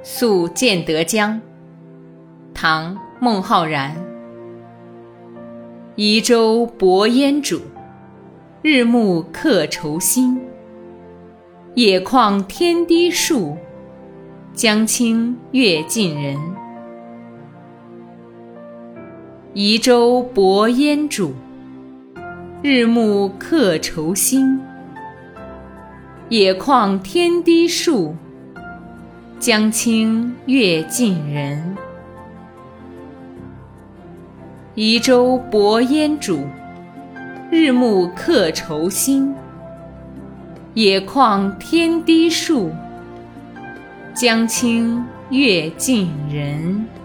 宿建德江，唐·孟浩然。移舟泊烟渚，日暮客愁新。野旷天低树，江清月近人。移舟泊烟渚，日暮客愁新。野旷天低树，江清月近人。移舟泊烟渚，日暮客愁新。野旷天低树，江清月近人。